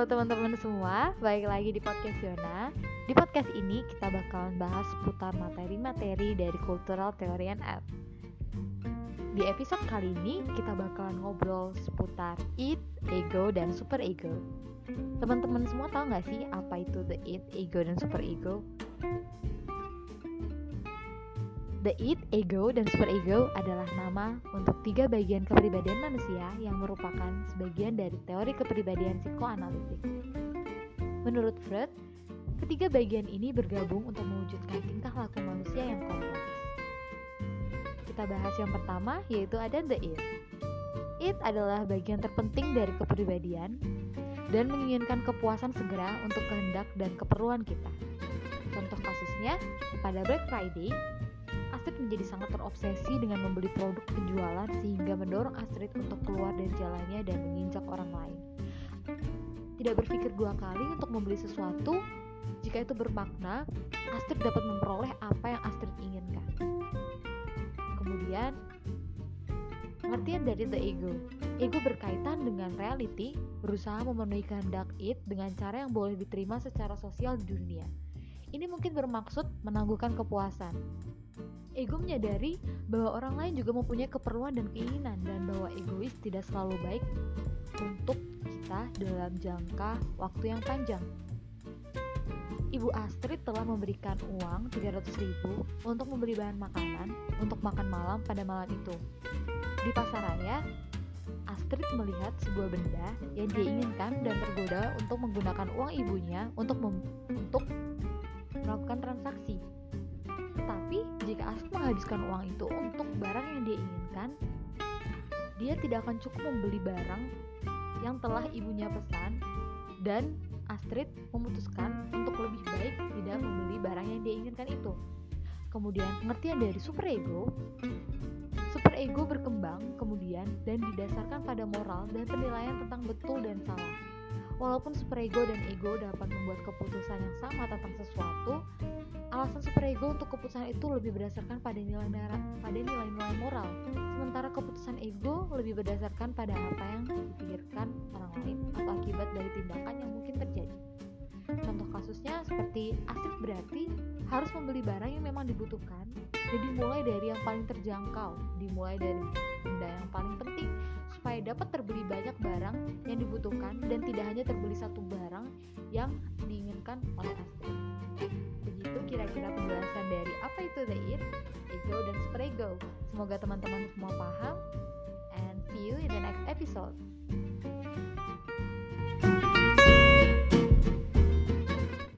teman-teman semua, balik lagi di podcast Yona. Di podcast ini kita bakalan bahas seputar materi-materi dari Cultural Theory and Art. Di episode kali ini kita bakalan ngobrol seputar id, ego, dan super ego. Teman-teman semua tahu nggak sih apa itu the id, ego, dan super ego? The id, ego, dan super ego adalah nama untuk 3 bagian kepribadian manusia yang merupakan sebagian dari teori kepribadian psikoanalitik. Menurut Freud, ketiga bagian ini bergabung untuk mewujudkan tingkah laku manusia yang kompleks. Kita bahas yang pertama, yaitu ada the id. Id adalah bagian terpenting dari kepribadian dan menginginkan kepuasan segera untuk kehendak dan keperluan kita. Contoh kasusnya, pada Black Friday, Astrid menjadi sangat terobsesi dengan membeli produk penjualan sehingga mendorong Astrid untuk keluar dari jalannya dan menginjak orang lain. Tidak berpikir dua kali untuk membeli sesuatu, jika itu bermakna, Astrid dapat memperoleh apa yang Astrid inginkan. Kemudian, pengertian dari the ego. Ego berkaitan dengan reality, berusaha memenuhi kehendak id dengan cara yang boleh diterima secara sosial di dunia. Ini mungkin bermaksud menangguhkan kepuasan. Ego menyadari bahwa orang lain juga mempunyai keperluan dan keinginan, dan bahwa egois tidak selalu baik untuk kita dalam jangka waktu yang panjang. Ibu Astrid telah memberikan uang 300.000 untuk membeli bahan makanan untuk makan malam pada malam itu. Di pasar raya, Astrid melihat sebuah benda yang dia inginkan dan tergoda untuk menggunakan uang ibunya untuk melakukan transaksi. Tetapi jika Astrid menghabiskan uang itu untuk barang yang dia inginkan, dia tidak akan cukup membeli barang yang telah ibunya pesan, dan Astrid memutuskan untuk lebih baik tidak membeli barang yang dia inginkan itu. Kemudian pengertian dari superego berkembang kemudian dan didasarkan pada moral dan penilaian tentang betul dan salah. Walaupun superego dan ego dapat membuat keputusan yang sama tentang sesuatu, alasan superego untuk keputusan itu lebih berdasarkan pada nilai-nilai moral, sementara keputusan ego lebih berdasarkan pada apa yang dipikirkan orang lain atau akibat dari tindakan yang mungkin terjadi. Contoh kasusnya seperti Astrid berarti harus membeli barang yang memang dibutuhkan, jadi dimulai dari yang paling terjangkau, dimulai dari benda yang paling penting supaya dapat terbeli banyak barang yang dibutuhkan dan tidak hanya terbeli satu barang yang diinginkan oleh Astrid. Begitu kira-kira penjelasan dari apa itu the id, ego, dan superego. Semoga teman-teman semua paham, and see you in the next episode.